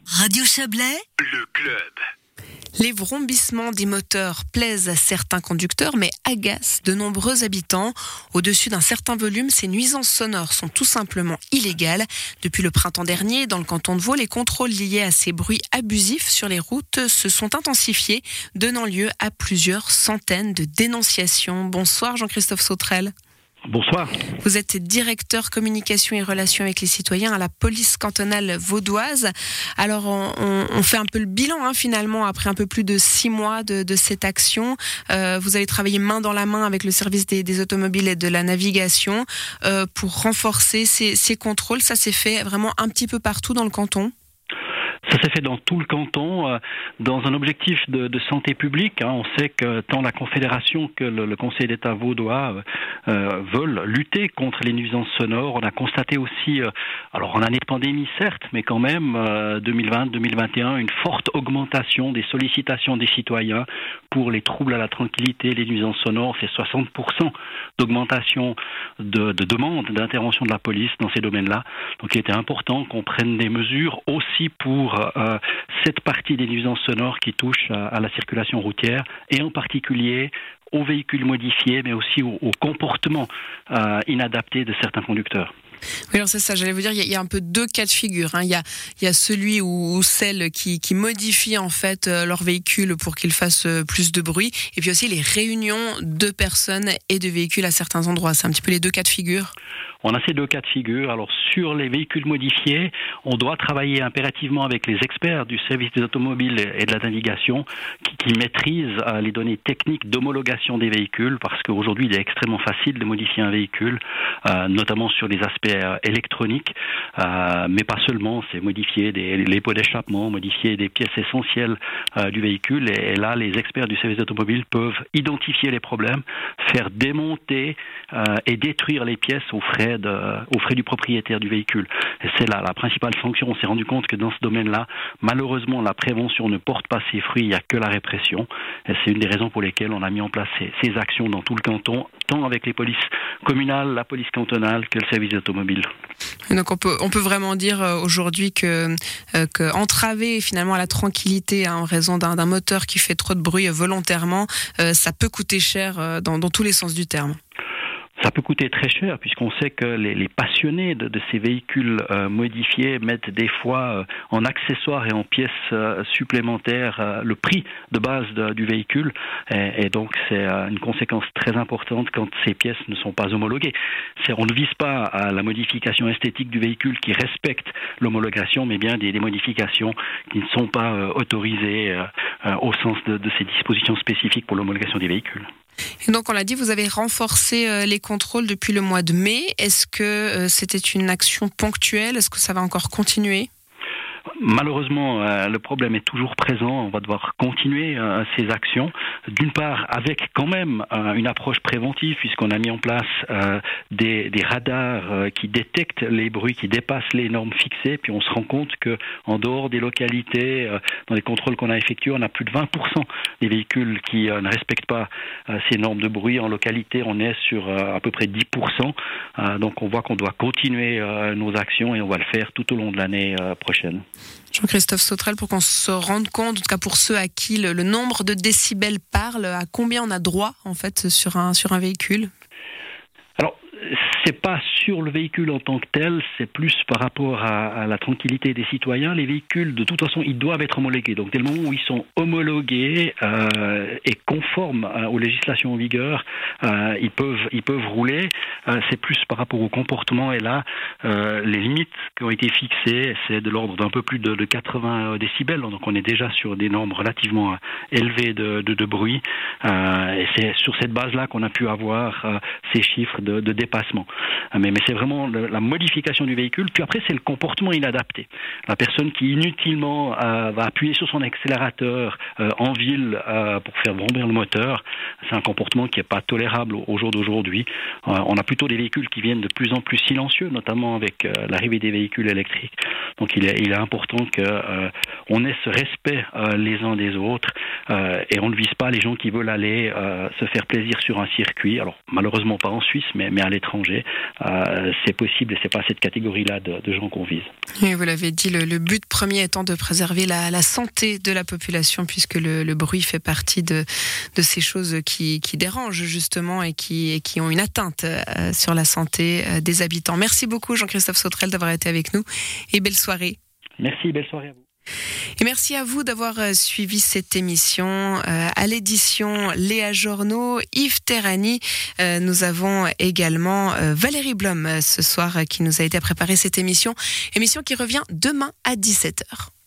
Radio Chablais, le club. Les vrombissements des moteurs plaisent à certains conducteurs, mais agacent de nombreux habitants. Au-dessus d'un certain volume, ces nuisances sonores sont tout simplement illégales. Depuis le printemps dernier, dans le canton de Vaud, les contrôles liés à ces bruits abusifs sur les routes se sont intensifiés, donnant lieu à plusieurs centaines de dénonciations. Bonsoir Jean-Christophe Sautrel. Bonsoir. Vous êtes directeur communication et relations avec les citoyens à la police cantonale vaudoise. Alors, on fait un peu le bilan finalement après un peu plus de 6 mois de cette action. Vous avez travaillé main dans la main avec le service des automobiles et de la navigation pour renforcer ces contrôles. Ça s'est fait vraiment un petit peu partout dans le canton. Ça s'est fait dans tout le canton, dans un objectif de santé publique. On sait que tant la Confédération que le Conseil d'État vaudois veulent lutter contre les nuisances sonores. On a constaté aussi, alors en année de pandémie certes, mais quand même 2020-2021, une forte augmentation des sollicitations des citoyens pour les troubles à la tranquillité, les nuisances sonores. C'est 60% d'augmentation de demandes d'intervention de la police dans ces domaines-là. Donc il était important qu'on prenne des mesures aussi pour cette partie des nuisances sonores qui touchent à la circulation routière et en particulier aux véhicules modifiés, mais aussi au comportement inadapté de certains conducteurs. Oui, alors c'est ça, j'allais vous dire, il y a un peu deux cas de figure. Il y a celui ou celle qui modifie en fait leur véhicule pour qu'il fasse plus de bruit, et puis aussi les réunions de personnes et de véhicules à certains endroits. C'est un petit peu les deux cas de figure. On a ces deux cas de figure. Alors sur les véhicules modifiés, on doit travailler impérativement avec les experts du service des automobiles et de la navigation qui maîtrisent les données techniques d'homologation des véhicules, parce qu'aujourd'hui il est extrêmement facile de modifier un véhicule, notamment sur les aspects électroniques, mais pas seulement. C'est modifier les pots d'échappement, modifier des pièces essentielles du véhicule, et là les experts du service automobile peuvent identifier les problèmes, faire démonter et détruire les pièces aux frais du propriétaire du véhicule. Et c'est là la principale fonction. On s'est rendu compte que dans ce domaine-là, malheureusement, la prévention ne porte pas ses fruits, il n'y a que la répression. Et c'est une des raisons pour lesquelles on a mis en place ces actions dans tout le canton, tant avec les polices communales, la police cantonale que le service automobile. Donc on peut vraiment dire aujourd'hui que entraver finalement à la tranquillité en raison d'un moteur qui fait trop de bruit volontairement, ça peut coûter cher dans tous les sens du terme. Ça peut coûter très cher, puisqu'on sait que les passionnés de ces véhicules modifiés mettent des fois en accessoires et en pièces supplémentaires le prix de base du véhicule, et donc c'est une conséquence très importante quand ces pièces ne sont pas homologuées. On ne vise pas à la modification esthétique du véhicule qui respecte l'homologation, mais bien des modifications qui ne sont pas autorisées au sens de ces dispositions spécifiques pour l'homologation des véhicules. Et donc on l'a dit, vous avez renforcé les contrôles depuis le mois de mai. Est-ce que c'était une action ponctuelle ? Est-ce que ça va encore continuer ? Malheureusement, le problème est toujours présent. On va devoir continuer ces actions. D'une part, avec quand même une approche préventive, puisqu'on a mis en place des radars qui détectent les bruits qui dépassent les normes fixées. Puis on se rend compte que en dehors des localités, dans les contrôles qu'on a effectués, on a plus de 20% des véhicules qui ne respectent pas ces normes de bruit. En localité, on est sur à peu près 10%. Donc on voit qu'on doit continuer nos actions, et on va le faire tout au long de l'année prochaine. Jean-Christophe Sautrel, pour qu'on se rende compte, en tout cas pour ceux à qui le nombre de décibels parle, à combien on a droit en fait sur un véhicule ? Alors, c'est pas sur le véhicule en tant que tel, c'est plus par rapport à la tranquillité des citoyens. Les véhicules, de toute façon, ils doivent être homologués. Donc, dès le moment où ils sont homologués et conformes aux législations en vigueur, ils peuvent rouler. C'est plus par rapport au comportement. Et là, les limites qui ont été fixées, c'est de l'ordre d'un peu plus de 80 décibels. Donc, on est déjà sur des normes relativement élevées de bruit. Et c'est sur cette base-là qu'on a pu avoir ces chiffres de dépassement. Mais c'est vraiment la modification du véhicule. Puis après, c'est le comportement inadapté. La personne qui inutilement va appuyer sur son accélérateur en ville pour faire vrombir le moteur, c'est un comportement qui n'est pas tolérable au jour d'aujourd'hui. On a plutôt des véhicules qui viennent de plus en plus silencieux, notamment avec l'arrivée des véhicules électriques. Donc il est important qu'on ait ce respect les uns des autres, et on ne vise pas les gens qui veulent aller se faire plaisir sur un circuit. Alors malheureusement pas en Suisse, mais à l'étranger. c'est possible et c'est pas cette catégorie-là de gens qu'on vise. Et vous l'avez dit, le but premier étant de préserver la santé de la population, puisque le bruit fait partie de ces choses qui dérangent justement et qui ont une atteinte sur la santé des habitants. Merci beaucoup Jean-Christophe Sauterelle d'avoir été avec nous et belle soirée. Merci, belle soirée à vous. Et merci à vous d'avoir suivi cette émission. À l'édition Léa Journeau, Yves Terrani. Nous avons également Valérie Blom ce soir qui nous a aidé à préparer cette émission. Émission qui revient demain à 17h.